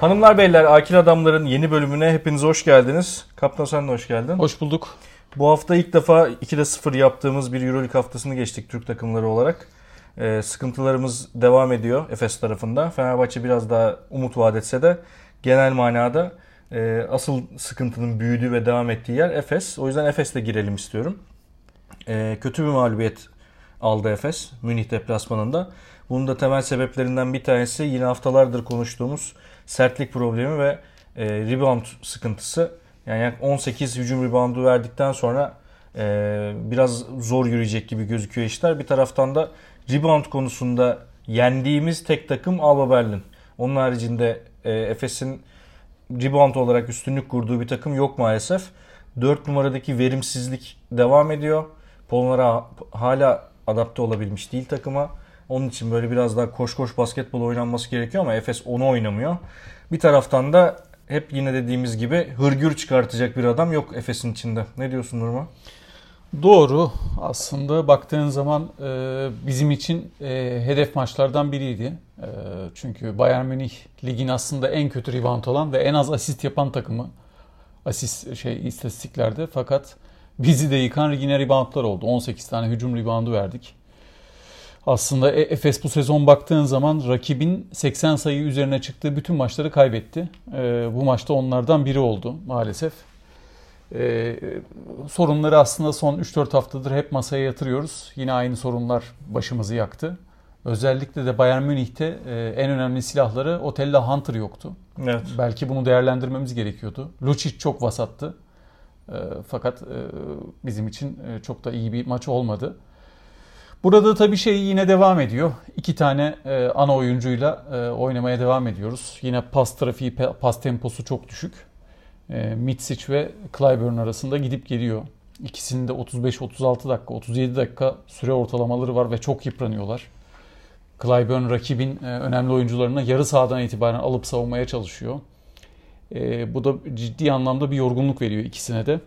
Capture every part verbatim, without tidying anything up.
Hanımlar beyler, Akil Adamlar'ın yeni bölümüne hepiniz hoş geldiniz. Kaptan sen de hoş geldin. Hoş bulduk. Bu hafta ilk defa ikide sıfır yaptığımız bir Euroleague haftasını geçtik Türk takımları olarak. Ee, sıkıntılarımız devam ediyor Efes tarafında. Fenerbahçe biraz daha umut vaat etse de genel manada e, asıl sıkıntının büyüdüğü ve devam ettiği yer Efes. O yüzden Efes'le girelim istiyorum. E, kötü bir mağlubiyet aldı Efes Münih deplasmanında. Bunun da temel sebeplerinden bir tanesi yine haftalardır konuştuğumuz sertlik problemi ve e, rebound sıkıntısı. Yani on sekiz hücum reboundu verdikten sonra e, biraz zor yürüyecek gibi gözüküyor işler. Bir taraftan da rebound konusunda yendiğimiz tek takım Alba Berlin. Onun haricinde e, Efes'in rebound olarak üstünlük kurduğu bir takım yok maalesef. dört numaradaki verimsizlik devam ediyor. Polonara hala adapte olabilmiş değil takıma. Onun için böyle biraz daha koş koş basketbol oynanması gerekiyor ama Efes onu oynamıyor. Bir taraftan da hep yine dediğimiz gibi hırgür çıkartacak bir adam yok Efes'in içinde. Ne diyorsun Nurma? Doğru. Aslında baktığın zaman e, bizim için e, hedef maçlardan biriydi. E, çünkü Bayern Münih ligin aslında en kötü rebound olan ve en az asist yapan takımı. Asist şey istatistiklerde. Fakat bizi de yıkan yine reboundlar oldu. on sekiz tane hücum reboundu verdik. Aslında Efes bu sezon baktığın zaman rakibin seksen sayı üzerine çıktığı bütün maçları kaybetti. Ee, bu maçta onlardan biri oldu maalesef. Ee, sorunları aslında son üç dört haftadır hep masaya yatırıyoruz. Yine aynı sorunlar başımızı yaktı. Özellikle de Bayern Münih'te e, en önemli silahları Otella Hunter yoktu. Evet. Belki bunu değerlendirmemiz gerekiyordu. Lucic çok vasattı. E, fakat e, bizim için e, çok da iyi bir maç olmadı. Burada tabii şey yine devam ediyor. İki tane e, ana oyuncuyla e, oynamaya devam ediyoruz. Yine pas trafiği, pas temposu çok düşük. E, Mitsic ve Clyburn arasında gidip geliyor. İkisinin de otuz beş otuz altı dakika, otuz yedi dakika süre ortalamaları var ve çok yıpranıyorlar. Clyburn rakibin e, önemli oyuncularını yarı sahadan itibaren alıp savunmaya çalışıyor. E, bu da ciddi anlamda bir yorgunluk veriyor ikisine de.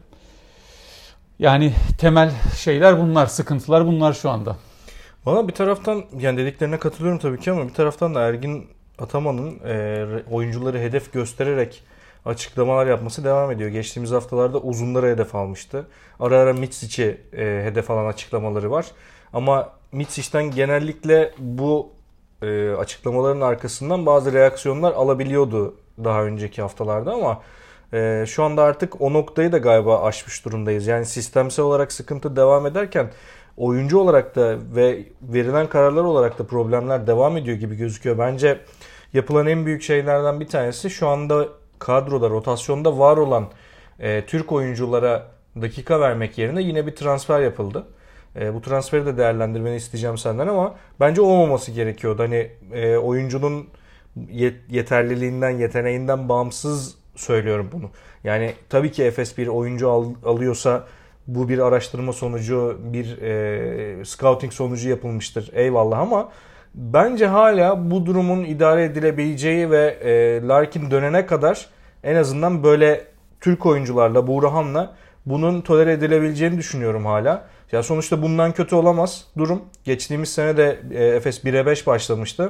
Yani temel şeyler bunlar, sıkıntılar bunlar şu anda. Valla bir taraftan yani dediklerine katılıyorum tabii ki ama bir taraftan da Ergin Ataman'ın e, oyuncuları hedef göstererek açıklamalar yapması devam ediyor. Geçtiğimiz haftalarda uzunlara hedef almıştı. Ara ara Mitsic'i e, hedef alan açıklamaları var. Ama Mitsic'ten genellikle bu e, açıklamaların arkasından bazı reaksiyonlar alabiliyordu daha önceki haftalarda ama Ee, şu anda artık o noktayı da galiba aşmış durumdayız. Yani sistemsel olarak sıkıntı devam ederken oyuncu olarak da ve verilen kararlar olarak da problemler devam ediyor gibi gözüküyor. Bence yapılan en büyük şeylerden bir tanesi şu anda kadroda, rotasyonda var olan e, Türk oyunculara dakika vermek yerine yine bir transfer yapıldı. E, bu transferi de değerlendirmeni isteyeceğim senden ama bence olmaması gerekiyordu. Hani e, oyuncunun yet- yeterliliğinden, yeteneğinden bağımsız söylüyorum bunu. Yani tabii ki Efes bir oyuncu al, alıyorsa bu bir araştırma sonucu, bir e, scouting sonucu yapılmıştır. Eyvallah ama bence hala bu durumun idare edilebileceği ve e, Larkin dönene kadar en azından böyle Türk oyuncularla, Buğrahan'la bunun tolere edilebileceğini düşünüyorum hala. Ya sonuçta bundan kötü olamaz durum. Geçtiğimiz sene de e, Efes bire beş başlamıştı.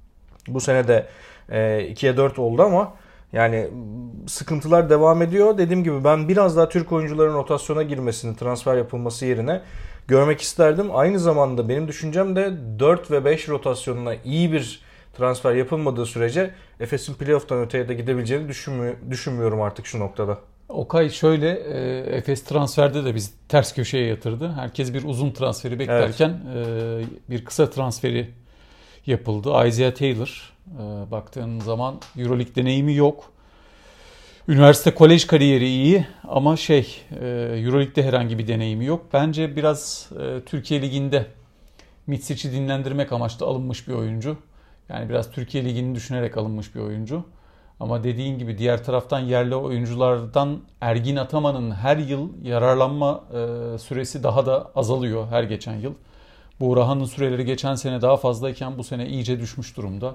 Bu sene de e, ikiye dört oldu ama yani sıkıntılar devam ediyor. Dediğim gibi ben biraz daha Türk oyuncuların rotasyona girmesini, transfer yapılması yerine görmek isterdim. Aynı zamanda benim düşüncem de dört ve beş rotasyonuna iyi bir transfer yapılmadığı sürece Efes'in playoff'tan öteye de gidebileceğini düşünmü- düşünmüyorum artık şu noktada. Okay şöyle, Efes transferde de biz ters köşeye yatırdı. Herkes bir uzun transferi beklerken evet. bir kısa transferi yapıldı. Isaiah Taylor. Baktığın zaman Euroleague deneyimi yok. Üniversite kolej kariyeri iyi ama şey Euroleague'de herhangi bir deneyimi yok. Bence biraz Türkiye Ligi'nde Mitsic'i dinlendirmek amaçlı alınmış bir oyuncu. Yani biraz Türkiye Ligi'ni düşünerek alınmış bir oyuncu. Ama dediğin gibi diğer taraftan yerli oyunculardan Ergin Ataman'ın her yıl yararlanma süresi daha da azalıyor her geçen yıl. Buğrahan'ın süreleri geçen sene daha fazlayken bu sene iyice düşmüş durumda.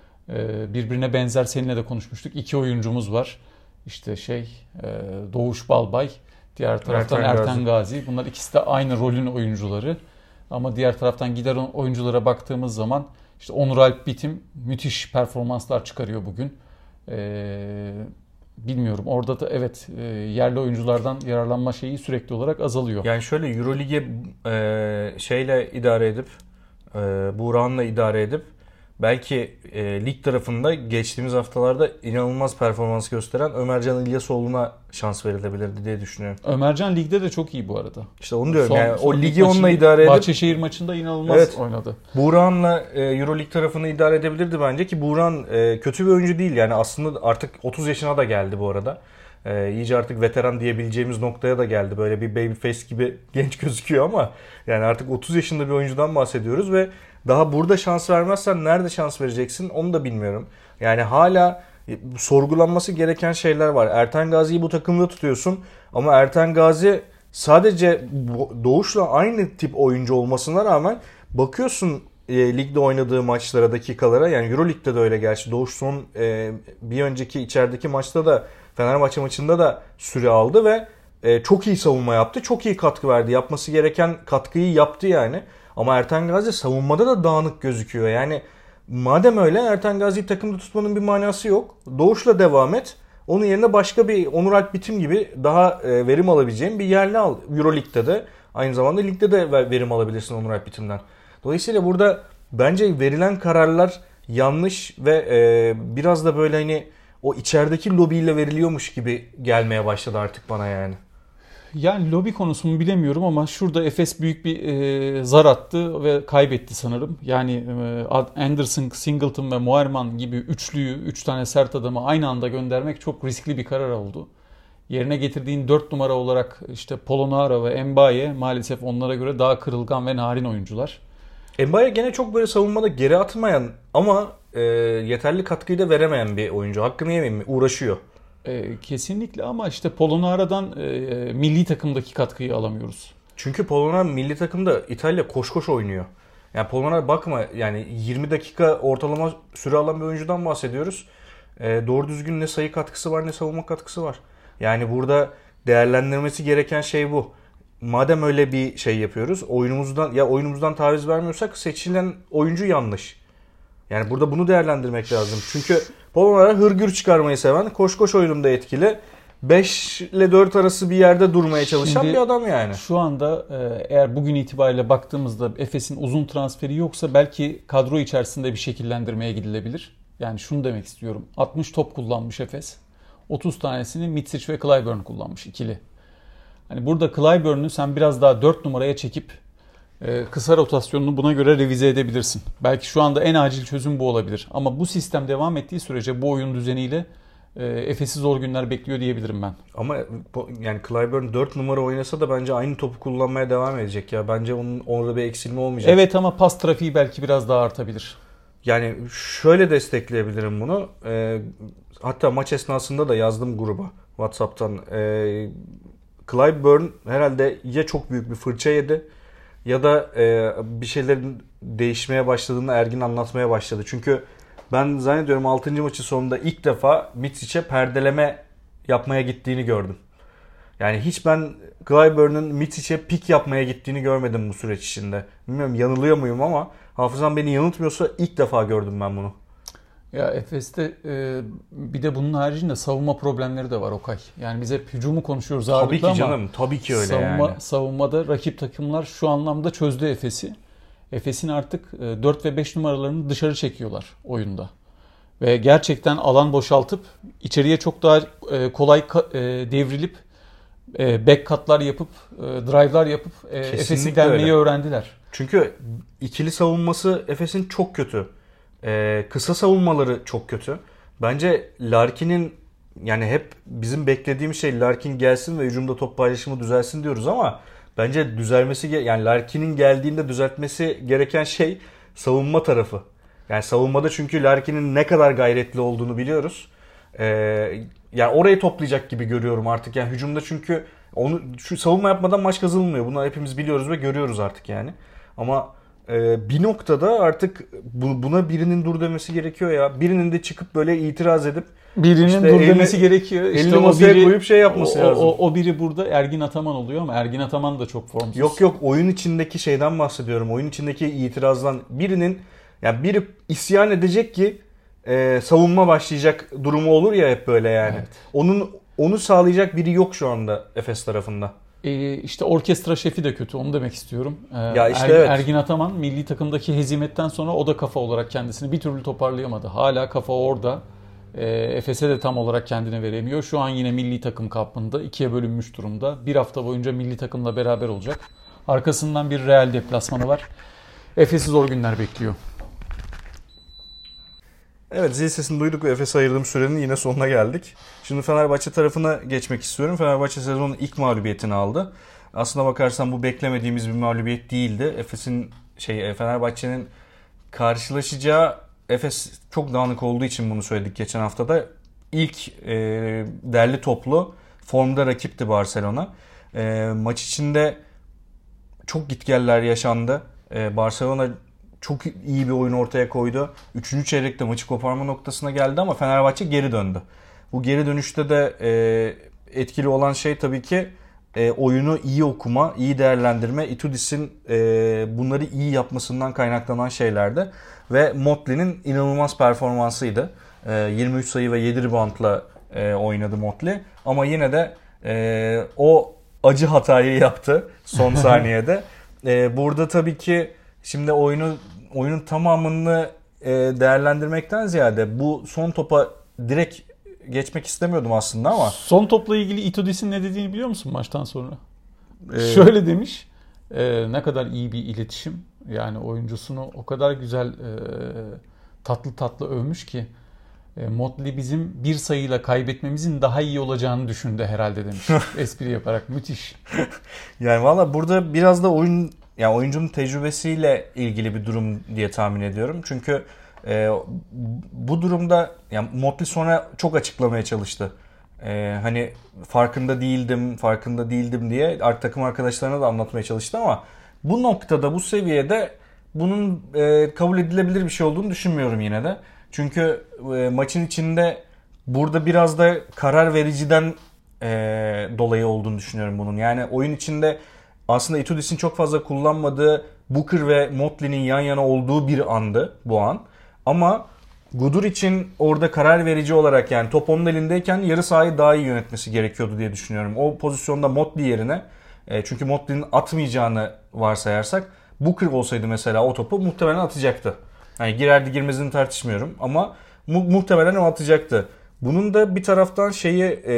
Birbirine benzer, seninle de konuşmuştuk. İki oyuncumuz var. İşte şey Doğuş Balbay, diğer taraftan Erten, Erten Gazi. Gazi. Bunlar ikisi de aynı rolün oyuncuları. Ama diğer taraftan gider oyunculara baktığımız zaman işte Onur Alp Bitim müthiş performanslar çıkarıyor bugün. Ee, bilmiyorum. Orada da evet e, yerli oyunculardan yararlanma şeyi sürekli olarak azalıyor. Yani şöyle Eurolig'e e, şeyle idare edip e, Buğra'nla idare edip belki e, lig tarafında geçtiğimiz haftalarda inanılmaz performans gösteren Ömercan İlyasoğlu'na şans verilebilirdi diye düşünüyorum. Ömercan ligde de çok iyi bu arada. İşte onu diyorum. Son, yani son o ligi maçı, onunla idare edip Bahçeşehir maçında inanılmaz evet, oynadı. Buğra'nla e, Euroleague tarafını idare edebilirdi bence ki Buğra'nın e, kötü bir oyuncu değil. Yani aslında artık otuz yaşına da geldi bu arada. E, iyice artık veteran diyebileceğimiz noktaya da geldi. Böyle bir babyface gibi genç gözüküyor ama yani artık otuz yaşında bir oyuncudan bahsediyoruz ve daha burada şans vermezsen nerede şans vereceksin onu da bilmiyorum. Yani hala sorgulanması gereken şeyler var. Ertan Gazi'yi bu takımda tutuyorsun ama Ertan Gazi sadece Doğuş'la aynı tip oyuncu olmasına rağmen bakıyorsun e, ligde oynadığı maçlara, dakikalara, yani Euroleague'de de öyle gerçi. Doğuş son e, bir önceki içerideki maçta da Fenerbahçe maçında da süre aldı ve e, çok iyi savunma yaptı. Çok iyi katkı verdi. Yapması gereken katkıyı yaptı yani. Ama Ertan Gazi savunmada da dağınık gözüküyor. Yani madem öyle Ertan Gazi'yi takımda tutmanın bir manası yok. Doğuş'la devam et. Onun yerine başka bir Onur Alp Bitim gibi daha verim alabileceğin bir yerli al. Euroleague'de de aynı zamanda ligde de verim alabilirsin Onur Alp Bitim'den. Dolayısıyla burada bence verilen kararlar yanlış ve biraz da böyle hani o içerideki lobiyle veriliyormuş gibi gelmeye başladı artık bana yani. Yani lobi konusunu bilemiyorum ama şurada Efes büyük bir e, zar attı ve kaybetti sanırım. Yani e, Anderson, Singleton ve Moerman gibi üçlüyü, üç tane sert adamı aynı anda göndermek çok riskli bir karar oldu. Yerine getirdiğin dört numara olarak işte Polonara ve Mbaye maalesef onlara göre daha kırılgan ve narin oyuncular. Mbaye gene çok böyle savunmada geri atmayan ama e, yeterli katkıyı da veremeyen bir oyuncu. Hakkını yemeyeyim mi? Uğraşıyor. E, kesinlikle ama işte Polonara'dan e, milli takımdaki katkıyı alamıyoruz. Çünkü Polonara milli takımda İtalya koş koş oynuyor. Yani Polonara bakma yani yirmi dakika ortalama süre alan bir oyuncudan bahsediyoruz. E, doğru düzgün ne sayı katkısı var ne savunma katkısı var. Yani burada değerlendirmesi gereken şey bu. Madem öyle bir şey yapıyoruz, oyunumuzdan ya oyunumuzdan taviz vermiyorsak seçilen oyuncu yanlış. Yani burada bunu değerlendirmek lazım. Çünkü Polonara hırgür çıkarmayı seven, koş koş oyununda etkili, beş ile dört arası bir yerde durmaya çalışan Şimdi, bir adam yani. Şu anda eğer bugün itibariyle baktığımızda Efes'in uzun transferi yoksa belki kadro içerisinde bir şekillendirmeye gidilebilir. Yani şunu demek istiyorum. altmış top kullanmış Efes. otuz tanesini Mitsic ve Clyburn kullanmış ikili. Hani burada Clyburn'u sen biraz daha dört numaraya çekip kısa rotasyonunu buna göre revize edebilirsin. Belki şu anda en acil çözüm bu olabilir. Ama bu sistem devam ettiği sürece bu oyun düzeniyle Efes'i zor günler bekliyor diyebilirim ben. Ama yani Clyburn dört numara oynasa da bence aynı topu kullanmaya devam edecek ya. Bence onun orada bir eksilme olmayacak. Evet ama pas trafiği belki biraz daha artabilir. Yani şöyle destekleyebilirim bunu. E, hatta maç esnasında da yazdım gruba WhatsApp'tan. E, Clyburn herhalde ya çok büyük bir fırça yedi ya da e, bir şeylerin değişmeye başladığını Ergin anlatmaya başladı. Çünkü ben zannediyorum altıncı maçın sonunda ilk defa Mitsic'e perdeleme yapmaya gittiğini gördüm. Yani hiç ben Clyburn'un Mitsic'e pik yapmaya gittiğini görmedim bu süreç içinde. Bilmiyorum yanılıyor muyum ama hafızam beni yanıltmıyorsa ilk defa gördüm ben bunu. Ya Efes'te e, bir de bunun haricinde savunma problemleri de var Okay. Yani biz hep hücumu konuşuyoruz ağırlıklı ama. Tabii ki canım, tabii ki öyle savunma, yani. Savunmada rakip takımlar şu anlamda çözdü Efes'i. Efes'in artık dört ve beş numaralarını dışarı çekiyorlar oyunda. Ve gerçekten alan boşaltıp içeriye çok daha kolay devrilip back cut'lar yapıp drive'lar yapıp Efes'i delmeyi öğrendiler. Çünkü ikili savunması Efes'in çok kötü. Ee, kısa savunmaları çok kötü. Bence Larkin'in yani hep bizim beklediğimiz şey Larkin gelsin ve hücumda top paylaşımı düzelsin diyoruz ama bence düzelmesi yani Larkin'in geldiğinde düzeltmesi gereken şey savunma tarafı. Yani savunmada çünkü Larkin'in ne kadar gayretli olduğunu biliyoruz. Ee, yani orayı toplayacak gibi görüyorum artık. Yani hücumda çünkü onu şu savunma yapmadan maç kazanılmıyor. Bunu hepimiz biliyoruz ve görüyoruz artık yani. Ama bir noktada artık buna birinin dur demesi gerekiyor ya. Birinin de çıkıp böyle itiraz edip birinin işte dur demesi elini, gerekiyor. İşte elini masaya biri, koyup şey yapması o, lazım. O, o biri burada Ergin Ataman oluyor ama Ergin Ataman da çok formsuz. Yok yok oyun içindeki şeyden bahsediyorum. Oyun içindeki itirazdan birinin yani biri isyan edecek ki e, savunma başlayacak durumu olur ya hep böyle yani. Evet. Onun onu sağlayacak biri yok şu anda Efes tarafında. E, işte orkestra şefi de kötü, onu demek istiyorum. E, Ya işte er, evet. Ergin Ataman milli takımdaki hezimetten sonra o da kafa olarak kendisini bir türlü toparlayamadı. Hala kafa orada. E, Efes'e de tam olarak kendini veremiyor. Şu an yine milli takım kampında ikiye bölünmüş durumda. Bir hafta boyunca milli takımla beraber olacak. Arkasından bir Real deplasmanı var. Efes'i zor günler bekliyor. Evet, zil sesini duyduk ve Efes'e ayırdığım sürenin yine sonuna geldik. Şimdi Fenerbahçe tarafına geçmek istiyorum. Fenerbahçe sezonun ilk mağlubiyetini aldı. Aslına bakarsan bu beklemediğimiz bir mağlubiyet değildi. Efes'in şey Fenerbahçe'nin karşılaşacağı Efes çok dağınık olduğu için bunu söyledik geçen haftada. İlk e, derli toplu formda rakipti Barcelona. E, maç içinde çok gitgeller yaşandı. E, Barcelona çok iyi bir oyun ortaya koydu. Üçüncü çeyrekte maçı koparma noktasına geldi ama Fenerbahçe geri döndü. Bu geri dönüşte de e, etkili olan şey tabii ki e, oyunu iyi okuma, iyi değerlendirme. Itudis'in e, bunları iyi yapmasından kaynaklanan şeylerdi. Ve Motley'nin inanılmaz performansıydı. E, yirmi üç sayı ve yedi reboundla e, oynadı Motley. Ama yine de e, o acı hatayı yaptı son saniyede. e, burada tabii ki şimdi oyunu oyunun tamamını e, değerlendirmekten ziyade bu son topa direkt geçmek istemiyordum aslında ama. Son topla ilgili Itudis'in ne dediğini biliyor musun maçtan sonra? Ee, Şöyle demiş. E, ne kadar iyi bir iletişim. Yani oyuncusunu o kadar güzel e, tatlı tatlı övmüş ki e, Motley bizim bir sayıyla kaybetmemizin daha iyi olacağını düşündü herhalde demiş. Espri yaparak. Müthiş. Yani valla burada biraz da oyun yani oyuncunun tecrübesiyle ilgili bir durum diye tahmin ediyorum. Çünkü e, bu durumda yani Motley sonra çok açıklamaya çalıştı. E, hani farkında değildim, farkında değildim diye artık takım arkadaşlarına da anlatmaya çalıştı ama bu noktada, bu seviyede bunun e, kabul edilebilir bir şey olduğunu düşünmüyorum yine de. Çünkü e, maçın içinde burada biraz da karar vericiden e, dolayı olduğunu düşünüyorum bunun. Yani oyun içinde aslında Itudis'in çok fazla kullanmadığı Booker ve Motley'nin yan yana olduğu bir andı bu an. Ama Gudur için orada karar verici olarak yani top onun elindeyken yarı sahayı daha iyi yönetmesi gerekiyordu diye düşünüyorum. O pozisyonda Motley yerine e, çünkü Motley'nin atmayacağını varsayarsak Booker olsaydı mesela o topu muhtemelen atacaktı. Yani girerdi girmezini tartışmıyorum ama mu- muhtemelen o atacaktı. Bunun da bir taraftan şeyi e,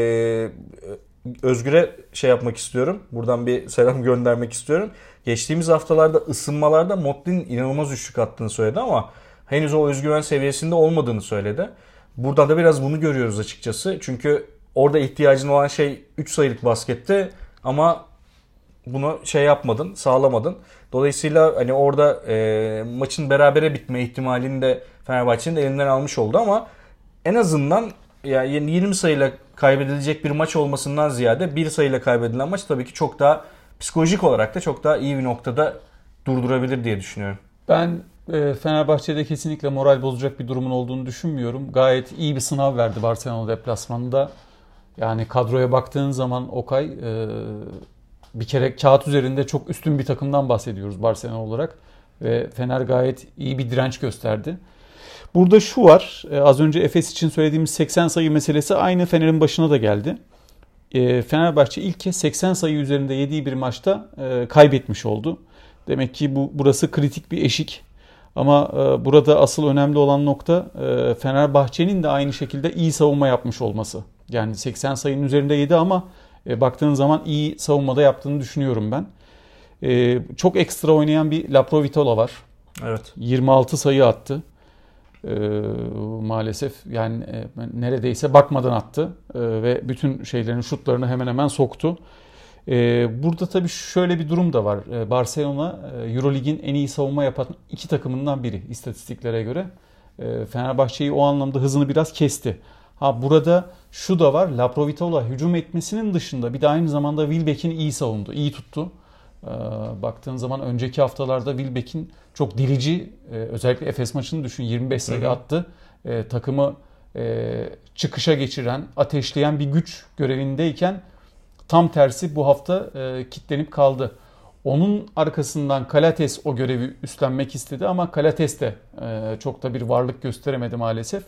Özgür'e şey yapmak istiyorum. Buradan bir selam göndermek istiyorum. Geçtiğimiz haftalarda ısınmalarda Motley'nin inanılmaz üçlük attığını söyledi ama henüz o özgüven seviyesinde olmadığını söyledi. Burada da biraz bunu görüyoruz açıkçası. Çünkü orada ihtiyacın olan şey üç sayılık basketti ama bunu şey yapmadın, sağlamadın. Dolayısıyla hani orada e, maçın berabere bitme ihtimalini de Fenerbahçe'nin elinden almış oldu ama en azından yani yirmi sayıyla kaybedilecek bir maç olmasından ziyade bir sayıyla kaybedilen maç tabii ki çok daha psikolojik olarak da çok daha iyi bir noktada durdurabilir diye düşünüyorum. Ben e, Fenerbahçe'de kesinlikle moral bozacak bir durumun olduğunu düşünmüyorum. Gayet iyi bir sınav verdi Barcelona deplasmanında. Yani kadroya baktığın zaman Okay e, bir kere kağıt üzerinde çok üstün bir takımdan bahsediyoruz Barcelona olarak. Ve Fener gayet iyi bir direnç gösterdi. Burada şu var, az önce Efes için söylediğimiz seksen sayı meselesi aynı Fener'in başına da geldi. Fenerbahçe ilk kez seksen sayı üzerinde yediği bir maçta kaybetmiş oldu. Demek ki bu burası kritik bir eşik. Ama burada asıl önemli olan nokta Fenerbahçe'nin de aynı şekilde iyi savunma yapmış olması. Yani seksen sayının üzerinde yedi ama baktığın zaman iyi savunmada yaptığını düşünüyorum ben. Çok ekstra oynayan bir Laprovitola var. Evet. yirmi altı sayı attı. Ee, maalesef yani e, neredeyse bakmadan attı ee, ve bütün şeylerin şutlarını hemen hemen soktu. Ee, burada tabii şöyle bir durum da var. Ee, Barcelona Eurolig'in en iyi savunma yapan iki takımından biri istatistiklere göre. Ee, Fenerbahçe'yi o anlamda hızını biraz kesti. Ha burada şu da var. Laprovitola hücum etmesinin dışında bir de aynı zamanda Wilbeck'in iyi savundu, iyi tuttu. Baktığın zaman önceki haftalarda Wilbeck'in çok dirici, özellikle Efes maçını düşün, yirmi beş sayı attı. E, takımı e, çıkışa geçiren, ateşleyen bir güç görevindeyken tam tersi bu hafta e, kitlenip kaldı. Onun arkasından Kalates o görevi üstlenmek istedi ama Kalates de e, çok da bir varlık gösteremedi maalesef.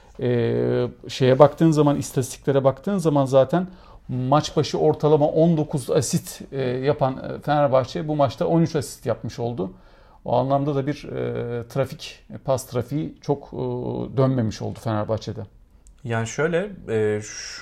E, şeye baktığın zaman, istatistiklere baktığın zaman zaten maç başı ortalama on dokuz asist e, yapan Fenerbahçe bu maçta on üç asist yapmış oldu. O anlamda da bir e, trafik, pas trafiği çok e, dönmemiş oldu Fenerbahçe'de. Yani şöyle, e,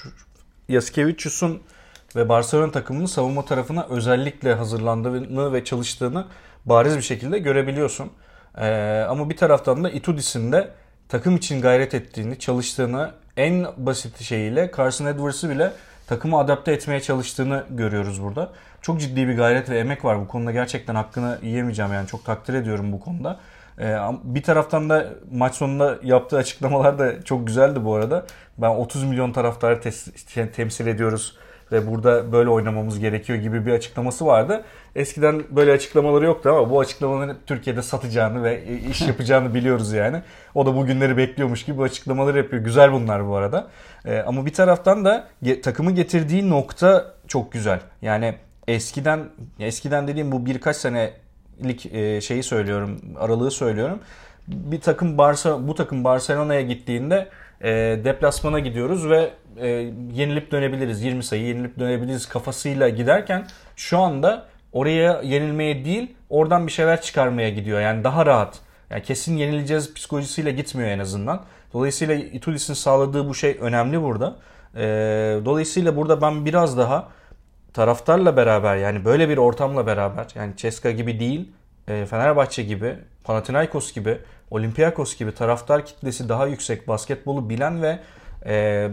Jasikevicius'un ve Barcelona takımının savunma tarafına özellikle hazırlandığını ve çalıştığını bariz bir şekilde görebiliyorsun. Ee, ama bir taraftan da Itudis'in de takım için gayret ettiğini, çalıştığını, en basit şeyiyle Carson Edwards'ı bile takımı adapte etmeye çalıştığını görüyoruz burada. Çok ciddi bir gayret ve emek var bu konuda, gerçekten hakkını yiyemeyeceğim, yani çok takdir ediyorum bu konuda. Ee, bir taraftan da maç sonunda yaptığı açıklamalar da çok güzeldi bu arada. Ben otuz milyon taraftarı tes- temsil ediyoruz ve burada böyle oynamamız gerekiyor gibi bir açıklaması vardı. Eskiden böyle açıklamaları yoktu ama bu açıklamaları Türkiye'de satacağını ve iş yapacağını biliyoruz yani. O da bugünleri bekliyormuş gibi bu açıklamaları yapıyor. Güzel bunlar bu arada. Ee, ama bir taraftan da ge- takımı getirdiği nokta çok güzel. Yani eskiden eskiden dediğim bu birkaç senelik e, şeyi söylüyorum, aralığı söylüyorum. Bir takım Barça bu takım Barcelona'ya gittiğinde e, deplasmana gidiyoruz ve e, yenilip dönebiliriz. yirmi sayı yenilip dönebiliriz kafasıyla giderken şu anda oraya yenilmeye değil, oradan bir şeyler çıkarmaya gidiyor. Yani daha rahat. Yani kesin yenileceğiz psikolojisiyle gitmiyor en azından. Dolayısıyla Itudis'in sağladığı bu şey önemli burada. E, dolayısıyla burada ben biraz daha taraftarla beraber, yani böyle bir ortamla beraber, yani C S K A gibi değil, e, Fenerbahçe gibi, Panathinaikos gibi, Olympiakos gibi taraftar kitlesi daha yüksek, basketbolu bilen ve e,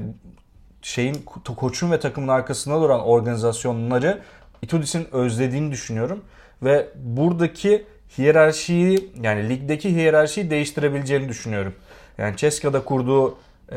şeyin ko- koçun ve takımın arkasında duran organizasyonları Itudis'in özlediğini düşünüyorum ve buradaki hiyerarşiyi, yani ligdeki hiyerarşiyi değiştirebileceğini düşünüyorum. Yani C S K A'da kurduğu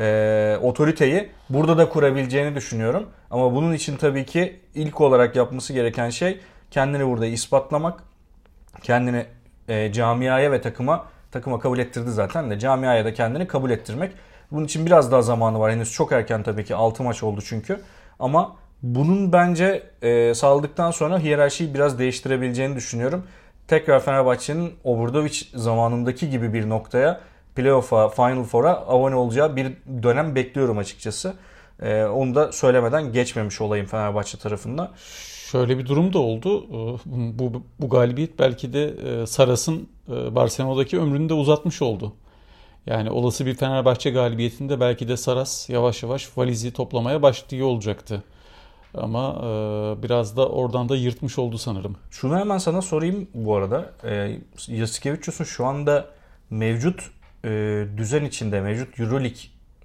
e, otoriteyi burada da kurabileceğini düşünüyorum. Ama bunun için tabii ki ilk olarak yapması gereken şey kendini burada ispatlamak, kendini e, camiaya ve takıma takıma kabul ettirdi zaten de camiaya da kendini kabul ettirmek. Bunun için biraz daha zamanı var. Henüz çok erken tabii ki, altı maç oldu çünkü. Ama bunun bence e, sağladıktan sonra hiyerarşiyi biraz değiştirebileceğini düşünüyorum. Tekrar Fenerbahçe'nin Obradovic zamanındaki gibi bir noktaya, playoff'a, Final Four'a abone olacağı bir dönem bekliyorum açıkçası. E, onu da söylemeden geçmemiş olayım Fenerbahçe tarafında. Şöyle bir durum da oldu. Bu, bu galibiyet belki de Saras'ın Barcelona'daki ömrünü de uzatmış oldu. Yani olası bir Fenerbahçe galibiyetinde belki de Saras yavaş yavaş valizi toplamaya başlıyor olacaktı. Ama biraz da oradan da yırtmış oldu sanırım. Şunu hemen sana sorayım bu arada. E, Jasikevicius'un şu anda mevcut e, düzen içinde, mevcut Euroleague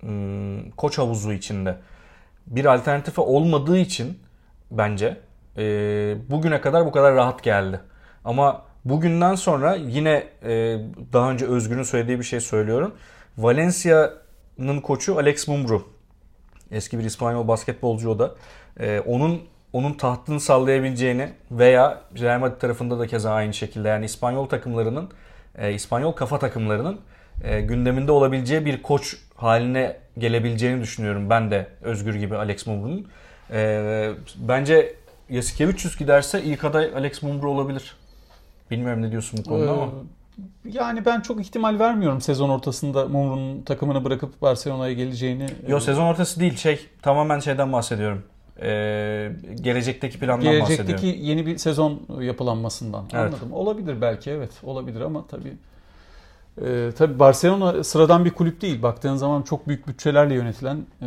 e, koç havuzu içinde bir alternatifi olmadığı için bence e, bugüne kadar bu kadar rahat geldi. Ama bugünden sonra yine e, daha önce Özgür'ün söylediği bir şey söylüyorum. Valencia'nın koçu Alex Mumbrú. Eski bir İspanyol basketbolcu o da. E, onun onun tahtını sallayabileceğini veya Real Madrid tarafında da keza aynı şekilde, yani İspanyol takımlarının, e, İspanyol kafa takımlarının e, gündeminde olabileceği bir koç haline gelebileceğini düşünüyorum ben de, Özgür gibi Alex Mumbrú'nun. E, bence Jasikevicius giderse ilk aday Alex Mumbrú olabilir. Bilmiyorum ne diyorsun bu konuda ee, ama. Yani ben çok ihtimal vermiyorum sezon ortasında Mumbrú'nun takımını bırakıp Barcelona'ya geleceğini. Yok, sezon ortası değil, şey tamamen şeyden bahsediyorum. Ee, gelecekteki plandan gelecekteki bahsediyorum. Gelecekteki yeni bir sezon yapılanmasından. Evet. Anladım. Olabilir belki, evet olabilir ama tabii e, tabii Barcelona sıradan bir kulüp değil. Baktığın zaman çok büyük bütçelerle yönetilen e,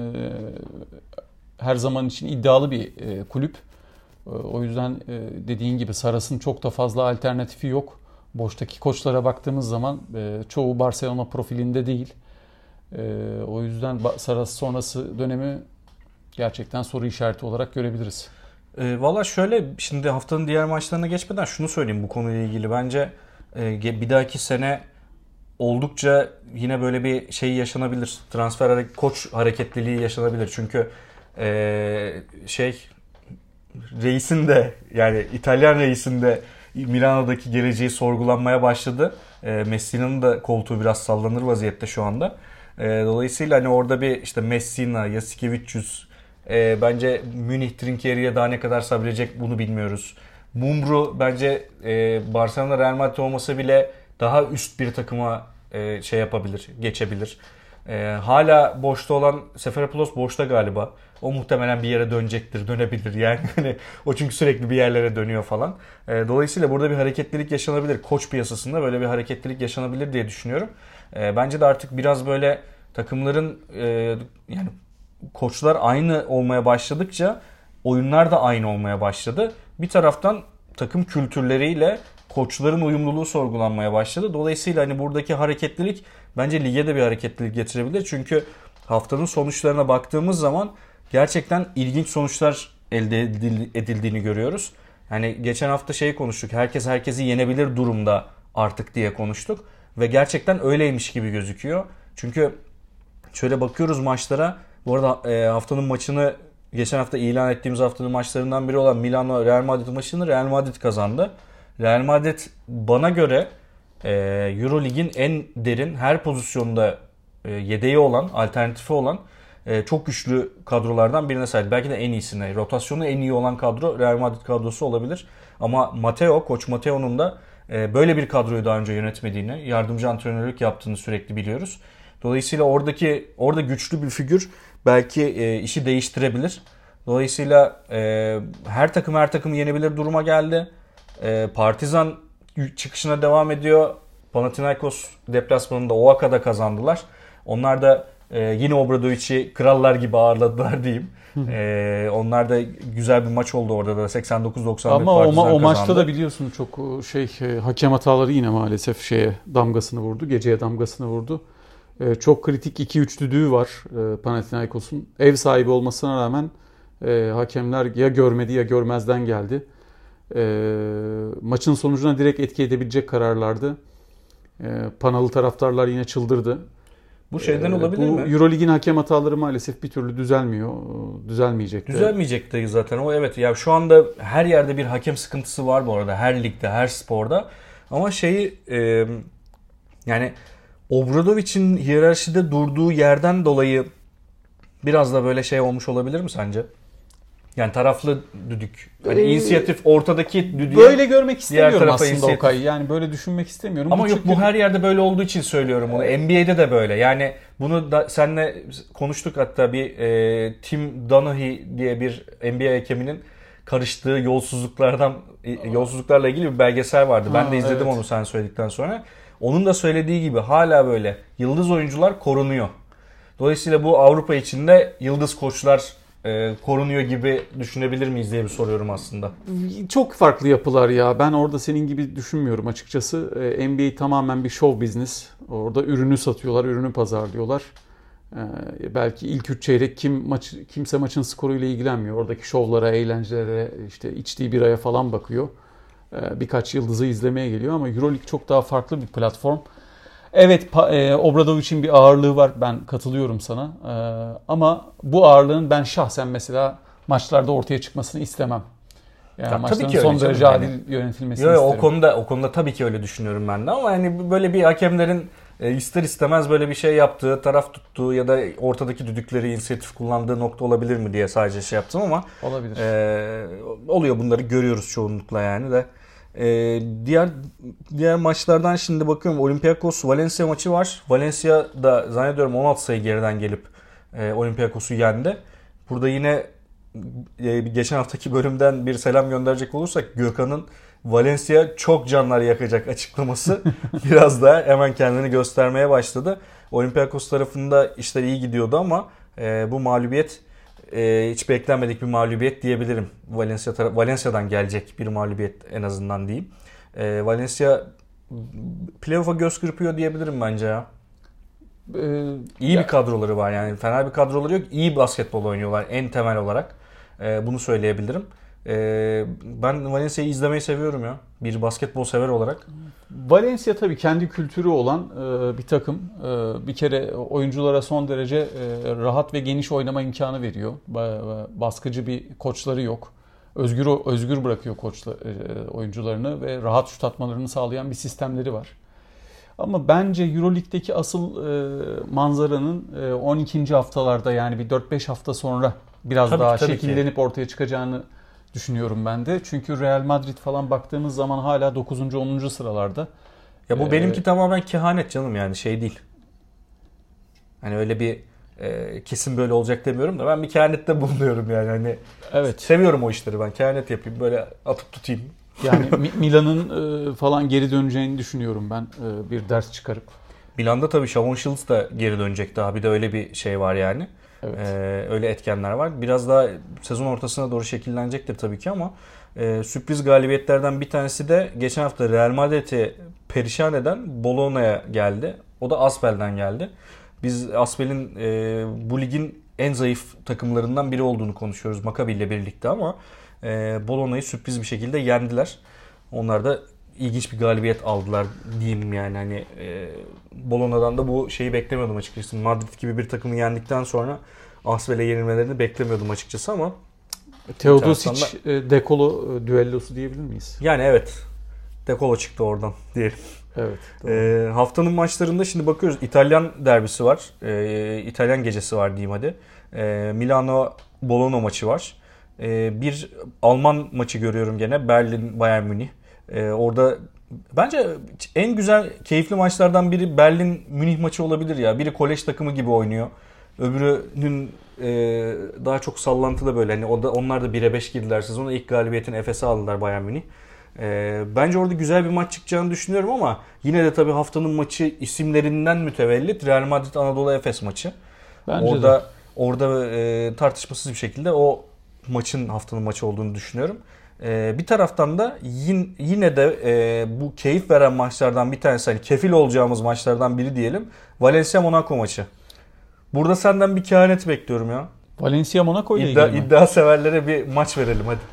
her zaman için iddialı bir e, kulüp. E, o yüzden e, dediğin gibi Saras'ın çok da fazla alternatifi yok. Boştaki koçlara baktığımız zaman e, çoğu Barcelona profilinde değil. E, o yüzden Saras sonrası dönemi gerçekten soru işareti olarak görebiliriz. E, Valla şöyle, şimdi haftanın diğer maçlarına geçmeden şunu söyleyeyim bu konuyla ilgili. Bence e, bir dahaki sene oldukça yine böyle bir şey yaşanabilir. Transfer koç hareketliliği yaşanabilir. Çünkü e, şey reisin de, yani İtalyan reisin de Milano'daki geleceği sorgulanmaya başladı. E, Messina'nın da koltuğu biraz sallanır vaziyette şu anda. E, dolayısıyla hani orada bir işte Messina, Jasikevicius, e, bence Münih Trinkieri'ye daha ne kadar sabredecek bunu bilmiyoruz. Mumru bence e, Barcelona Real Madrid olmasa bile daha üst bir takıma e, şey yapabilir, geçebilir. E, hala boşta olan Seferopoulos boşta galiba. O muhtemelen bir yere dönecektir, dönebilir yani. Hani o çünkü sürekli bir yerlere dönüyor falan. E, dolayısıyla burada bir hareketlilik yaşanabilir. Koç piyasasında böyle bir hareketlilik yaşanabilir diye düşünüyorum. E, bence de artık biraz böyle takımların e, yani koçlar aynı olmaya başladıkça oyunlar da aynı olmaya başladı. Bir taraftan takım kültürleriyle koçların uyumluluğu sorgulanmaya başladı. Dolayısıyla hani buradaki hareketlilik bence lige de bir hareketlilik getirebilir. Çünkü haftanın sonuçlarına baktığımız zaman gerçekten ilginç sonuçlar elde edildiğini görüyoruz. Yani geçen hafta şey konuştuk. Herkes herkesi yenebilir durumda artık diye konuştuk. Ve gerçekten öyleymiş gibi gözüküyor. Çünkü şöyle bakıyoruz maçlara. Bu arada e, haftanın maçını geçen hafta ilan ettiğimiz haftanın maçlarından biri olan Milano Real Madrid maçını Real Madrid kazandı. Real Madrid bana göre e, Eurolig'in en derin, her pozisyonda e, yedeği olan, alternatifi olan e, çok güçlü kadrolardan birine sahip. Belki de en iyisine. Rotasyonu en iyi olan kadro Real Madrid kadrosu olabilir. Ama Matteo, Koç Matteo'nun da e, böyle bir kadroyu daha önce yönetmediğini, yardımcı antrenörlük yaptığını sürekli biliyoruz. Dolayısıyla oradaki orada güçlü bir figür belki e, işi değiştirebilir. Dolayısıyla e, her takım her takımı yenebilir duruma geldi. E, Partizan çıkışına devam ediyor. Panathinaikos deplasmanında O A K'da kazandılar. Onlar da e, yine Obradovic'i krallar gibi ağırladılar diyeyim. e, onlar da güzel bir maç oldu orada da seksen dokuz doksan bir Ama Partizan o, ma- o kazandı. maçta da biliyorsun çok şey hakem hataları yine maalesef şeye damgasını vurdu. Geceye damgasını vurdu. Çok kritik iki üç düdüğü var Panathinaikos'un. Ev sahibi olmasına rağmen e, hakemler ya görmedi ya görmezden geldi. E, maçın sonucuna direkt etki edebilecek kararlardı. E, Panalı taraftarlar yine çıldırdı. Bu şeyden e, olabilir bu, mi? Eurolig'in hakem hataları maalesef bir türlü düzelmiyor. Düzelmeyecek de. Düzelmeyecek de zaten o, evet. Ya şu anda her yerde bir hakem sıkıntısı var bu arada. Her ligde, her sporda. Ama şeyi e, yani Obradovic'in hiyerarşide durduğu yerden dolayı biraz da böyle şey olmuş olabilir mi sence? Yani taraflı düdük. Hani ee, inisiyatif ortadaki düdüğe böyle görmek istemiyorum aslında inisiyatif. Okay. Yani böyle düşünmek istemiyorum. Ama bu yok çünkü... bu her yerde böyle olduğu için söylüyorum bunu. N B A'de de böyle. Yani bunu da seninle konuştuk hatta bir e, Tim Donaghy diye bir N B A hakeminin karıştığı yolsuzluklardan yolsuzluklarla ilgili bir belgesel vardı. Ben ha, de izledim evet. Onu sen söyledikten sonra. Onun da söylediği gibi hala böyle yıldız oyuncular korunuyor. Dolayısıyla bu Avrupa içinde yıldız koçlar e, korunuyor gibi düşünebilir miyiz diye bir soruyorum aslında. Çok farklı yapılar ya. Ben orada senin gibi düşünmüyorum açıkçası. E, N B A tamamen bir show business. Orada ürünü satıyorlar, ürünü pazarlıyorlar. E, belki ilk üç çeyrek kim maç kimse maçın skoruyla ilgilenmiyor. Oradaki şovlara, eğlencelere, işte içtiği biraya falan bakıyor. Birkaç yıldızı izlemeye geliyor ama Euroleague çok daha farklı bir platform. Evet, Obradovic'in bir ağırlığı var. Ben katılıyorum sana. Ama bu ağırlığın ben şahsen mesela maçlarda ortaya çıkmasını istemem. Yani ya maçların son derece adil yani. Yönetilmesini yo, yo, isterim. O konuda o konuda tabii ki öyle düşünüyorum ben de ama yani böyle bir hakemlerin ister istemez böyle bir şey yaptığı, taraf tuttuğu ya da ortadaki düdükleri inisiyatif kullandığı nokta olabilir mi diye sadece şey yaptım ama olabilir. E, oluyor, bunları görüyoruz çoğunlukla yani de. E, diğer diğer maçlardan şimdi bakıyorum. Olympiakos Valencia maçı var. Valencia da zannediyorum on altı sayı geriden gelip e, Olympiakos'u yendi. Burada yine e, geçen haftaki bölümden bir selam gönderecek olursak Gökhan'ın Valencia çok canlar yakacak açıklaması biraz da hemen kendini göstermeye başladı. Olympiakos tarafında işler iyi gidiyordu ama e, bu mağlubiyet e, hiç beklenmedik bir mağlubiyet diyebilirim. Valencia taraf, Valencia'dan gelecek bir mağlubiyet en azından diyeyim. E, Valencia playoff'a göz kırpıyor diyebilirim bence ya. Ee, iyi ya. Bir kadroları var yani. Fena bir kadroları yok. İyi basketbol oynuyorlar en temel olarak. E, bunu söyleyebilirim. Ee, ben Valencia'yı izlemeyi seviyorum ya. Bir basketbol sever olarak. Valencia tabii kendi kültürü olan e, bir takım. E, bir kere oyunculara son derece e, rahat ve geniş oynama imkanı veriyor. Ba- baskıcı bir koçları yok. Özgür özgür bırakıyor koçla, e, oyuncularını ve rahat şut atmalarını sağlayan bir sistemleri var. Ama bence Euroleague'deki asıl e, manzaranın e, on ikinci haftalarda yani bir dört beş hafta sonra biraz tabii daha ki, şekillenip ki. ortaya çıkacağını düşünüyorum ben de. Çünkü Real Madrid falan baktığımız zaman hala dokuzuncu onuncu sıralarda. Ya bu Ee, benimki tamamen kehanet canım, yani şey değil. Hani öyle bir e, kesin böyle olacak demiyorum da ben bir kehanette bulunuyorum yani. Hani evet. Seviyorum o işleri ben. Kehanet yapayım, böyle atıp tutayım. Yani Milan'ın e, falan geri döneceğini düşünüyorum ben, e, bir ders çıkarıp. Milan'da tabii Şavon Schultz da geri dönecek daha. Bir de öyle bir şey var yani. Evet. Ee, öyle etkenler var. Biraz daha sezon ortasına doğru şekillenecektir tabii ki ama e, sürpriz galibiyetlerden bir tanesi de geçen hafta Real Madrid'i perişan eden Bologna'ya geldi. O da Aspel'den geldi. Biz Aspel'in e, bu ligin en zayıf takımlarından biri olduğunu konuşuyoruz Maccabi ile birlikte ama e, Bologna'yı sürpriz bir şekilde yendiler. Onlar da ilginç bir galibiyet aldılar diyeyim yani. Hani e, Bologna'dan da bu şeyi beklemiyordum açıkçası. Madrid gibi bir takımı yendikten sonra Aspel'e yenilmelerini beklemiyordum açıkçası ama Teodosic e, Dekolo e, düellosu diyebilir miyiz? yani evet. Dekolo çıktı oradan diyelim. Evet. E, haftanın maçlarında şimdi bakıyoruz. İtalyan derbisi var. E, İtalyan gecesi var diyeyim hadi. E, Milano Bologna maçı var. E, bir Alman maçı görüyorum gene. Berlin Bayern Münih. E, orada bence en güzel, keyifli maçlardan biri Berlin Münih maçı olabilir ya. Biri kolej takımı gibi oynuyor. Öbürünün e, daha çok sallantıda böyle. Hani o da, onlar da bire beş girdiler sezona. İlk galibiyetini Efes'e aldılar Bayern Münih. E, bence orada güzel bir maç çıkacağını düşünüyorum ama yine de tabii haftanın maçı isimlerinden mütevellit Real Madrid Anadolu Efes maçı. Bence orada de. orada e, tartışmasız bir şekilde o maçın haftanın maçı olduğunu düşünüyorum. E, bir taraftan da yine, yine de e, bu keyif veren maçlardan bir tanesi, hani kefil olacağımız maçlardan biri diyelim. Valencia Monaco maçı. Burada senden bir kehanet bekliyorum ya. Valencia Monaco ile İddia, ilgili mi? iddia severlere bir maç verelim hadi.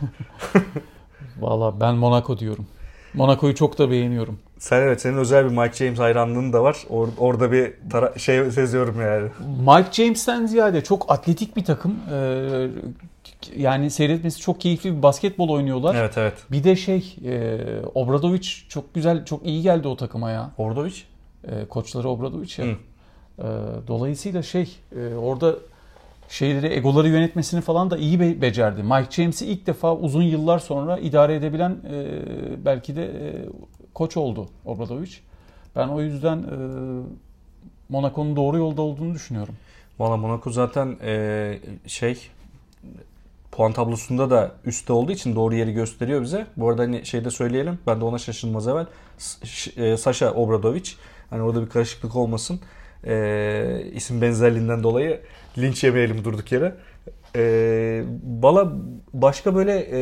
Valla ben Monaco diyorum. Monaco'yu çok da beğeniyorum. Sen evet, senin özel bir Mike James hayranlığın da var. Or, orada bir tara- şey seziyorum yani. Mike James'ten ziyade çok atletik bir takım. Ee, yani seyretmesi çok keyifli bir basketbol oynuyorlar. Evet evet. Bir de şey, e, Obradovic çok güzel, çok iyi geldi o takıma ya. Ordovic? E, koçları Obradovic ya. Hı. E, dolayısıyla şey, e, orada şeyleri, egoları yönetmesini falan da iyi be- becerdi. Mike James'i ilk defa uzun yıllar sonra idare edebilen e, belki de e, koç oldu Obradovic. Ben o yüzden e, Monaco'nun doğru yolda olduğunu düşünüyorum. Valla Monaco zaten e, şey puan tablosunda da üstte olduğu için doğru yeri gösteriyor bize. Bu arada hani şeyde söyleyelim. Ben de ona şaşırmaz evvel. S- e, Sasha Obradovic. Hani orada bir karışıklık olmasın. E, isim benzerliğinden dolayı linç yemeyelim durduk yere. E, Valla başka böyle e,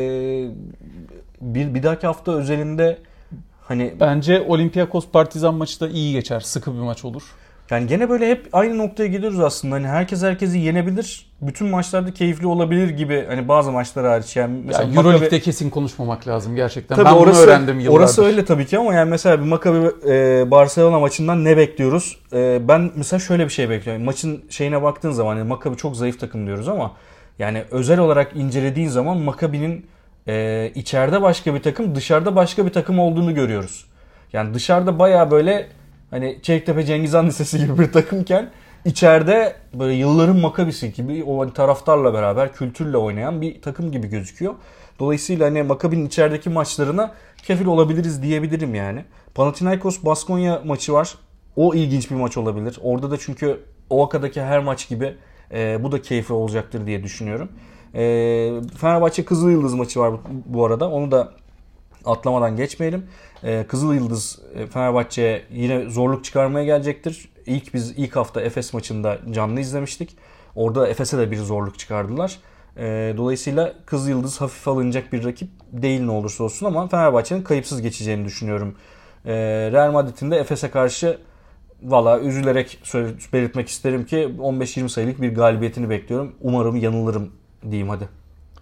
bir, bir dahaki hafta özelinde hani Bence Olympiakos Partizan maçı da iyi geçer. Sıkı bir maç olur. yani gene böyle hep aynı noktaya gidiyoruz aslında. Hani herkes herkesi yenebilir. Bütün maçlarda keyifli olabilir gibi. Hani bazı maçlar hariç. Yani mesela Yani Maccabi- Euroleague'de kesin konuşmamak lazım gerçekten. Tabii ben orası, bunu öğrendim yıllardır. Orası öyle tabii ki ama yani mesela bir Maccabi e, Barcelona maçından ne bekliyoruz? E, ben mesela şöyle bir şey bekliyorum. Maçın şeyine baktığın zaman hani Maccabi çok zayıf takım diyoruz ama yani özel olarak incelediğin zaman Maccabi'nin e, içeride başka bir takım, dışarıda başka bir takım olduğunu görüyoruz. Yani dışarıda bayağı böyle hani Çeliktepe Cengiz Han Lisesi gibi bir takımken içeride böyle yılların Maccabisi gibi o hani taraftarla beraber kültürle oynayan bir takım gibi gözüküyor. Dolayısıyla hani Maccabi'nin içerideki maçlarına kefil olabiliriz diyebilirim yani. Panathinaikos Baskonya maçı var. O ilginç bir maç olabilir. Orada da çünkü Ovaka'daki her maç gibi e, bu da keyifli olacaktır diye düşünüyorum. E, Fenerbahçe Kızılyıldız maçı var bu arada. Onu da atlamadan geçmeyelim. Ee, Kızılyıldız Fenerbahçe'ye yine zorluk çıkarmaya gelecektir. İlk biz ilk hafta Efes maçında canlı izlemiştik. Orada Efes'e de bir zorluk çıkardılar. Ee, dolayısıyla Kızılyıldız hafif alınacak bir rakip değil ne olursa olsun ama Fenerbahçe'nin kayıpsız geçeceğini düşünüyorum. Ee, Real Madrid'in de Efes'e karşı valla üzülerek belirtmek isterim ki on beş yirmi sayılık bir galibiyetini bekliyorum. Umarım yanılırım diyeyim hadi.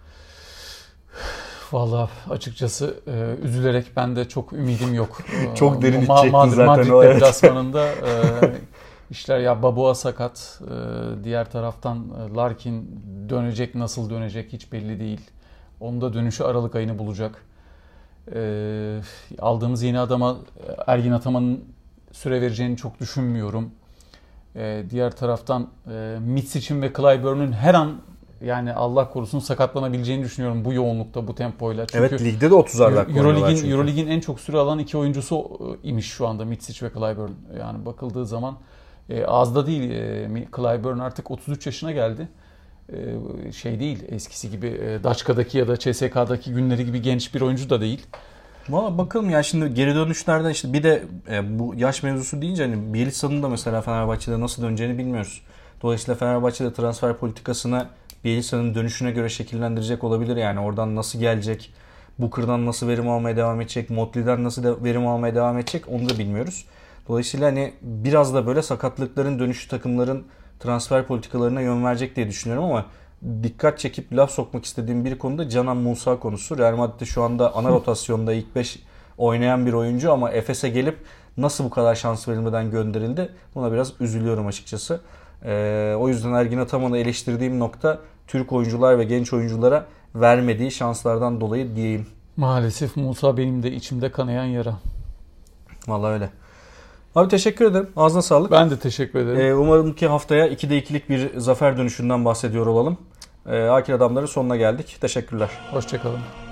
Vallahi açıkçası e, üzülerek ben de çok ümidim yok. Çok derin Ma- içecektin Madrid, zaten Madrid o, evet. deplasmanında e, işler ya Babua sakat. E, diğer taraftan e, Larkin dönecek, nasıl dönecek hiç belli değil. Onun da dönüşü Aralık ayını bulacak. E, aldığımız yeni adama Ergin Ataman'ın süre vereceğini çok düşünmüyorum. E, diğer taraftan e, Mitsic'in ve Clyburn'un her an yani Allah korusun sakatlanabileceğini düşünüyorum bu yoğunlukta, bu tempoyla. Çünkü evet, ligde de otuzar dakika Eurolig'in Eurolig'in en çok süre alan iki oyuncusu imiş şu anda Micic ve Clyburn. Yani bakıldığı zaman e, az da değil. E, Clyburn artık otuz üç yaşına geldi. E, şey değil, eskisi gibi e, Daçka'daki ya da C S K'daki günleri gibi genç bir oyuncu da değil. Valla bakalım ya, şimdi geri dönüşlerden işte bir de e, bu yaş mevzusu deyince hani Bielitsa'nın da mesela Fenerbahçe'de nasıl döneceğini bilmiyoruz. Dolayısıyla Fenerbahçe'de transfer politikasını Bielitsa'nın dönüşüne göre şekillendirecek olabilir. Yani oradan nasıl gelecek, Booker'dan nasıl verim almaya devam edecek, Motley'den nasıl de verim almaya devam edecek onu da bilmiyoruz. Dolayısıyla hani biraz da böyle sakatlıkların dönüşü takımların transfer politikalarına yön verecek diye düşünüyorum ama dikkat çekip laf sokmak istediğim bir konuda Canan Musa konusu. Real Madrid'de şu anda ana rotasyonda ilk beş oynayan bir oyuncu ama Efes'e gelip nasıl bu kadar şans verilmeden gönderildi? Buna biraz üzülüyorum açıkçası. Ee, o yüzden Ergin Ataman'ı eleştirdiğim nokta Türk oyuncular ve genç oyunculara vermediği şanslardan dolayı diyeyim. Maalesef Musa benim de içimde kanayan yara. Vallahi öyle. Abi teşekkür ederim. Ağzına sağlık. Ben de teşekkür ederim. Ee, umarım ki haftaya ikide ikilik bir zafer dönüşünden bahsediyor olalım. Ee, Akil Adamların sonuna geldik. Teşekkürler. Hoşçakalın.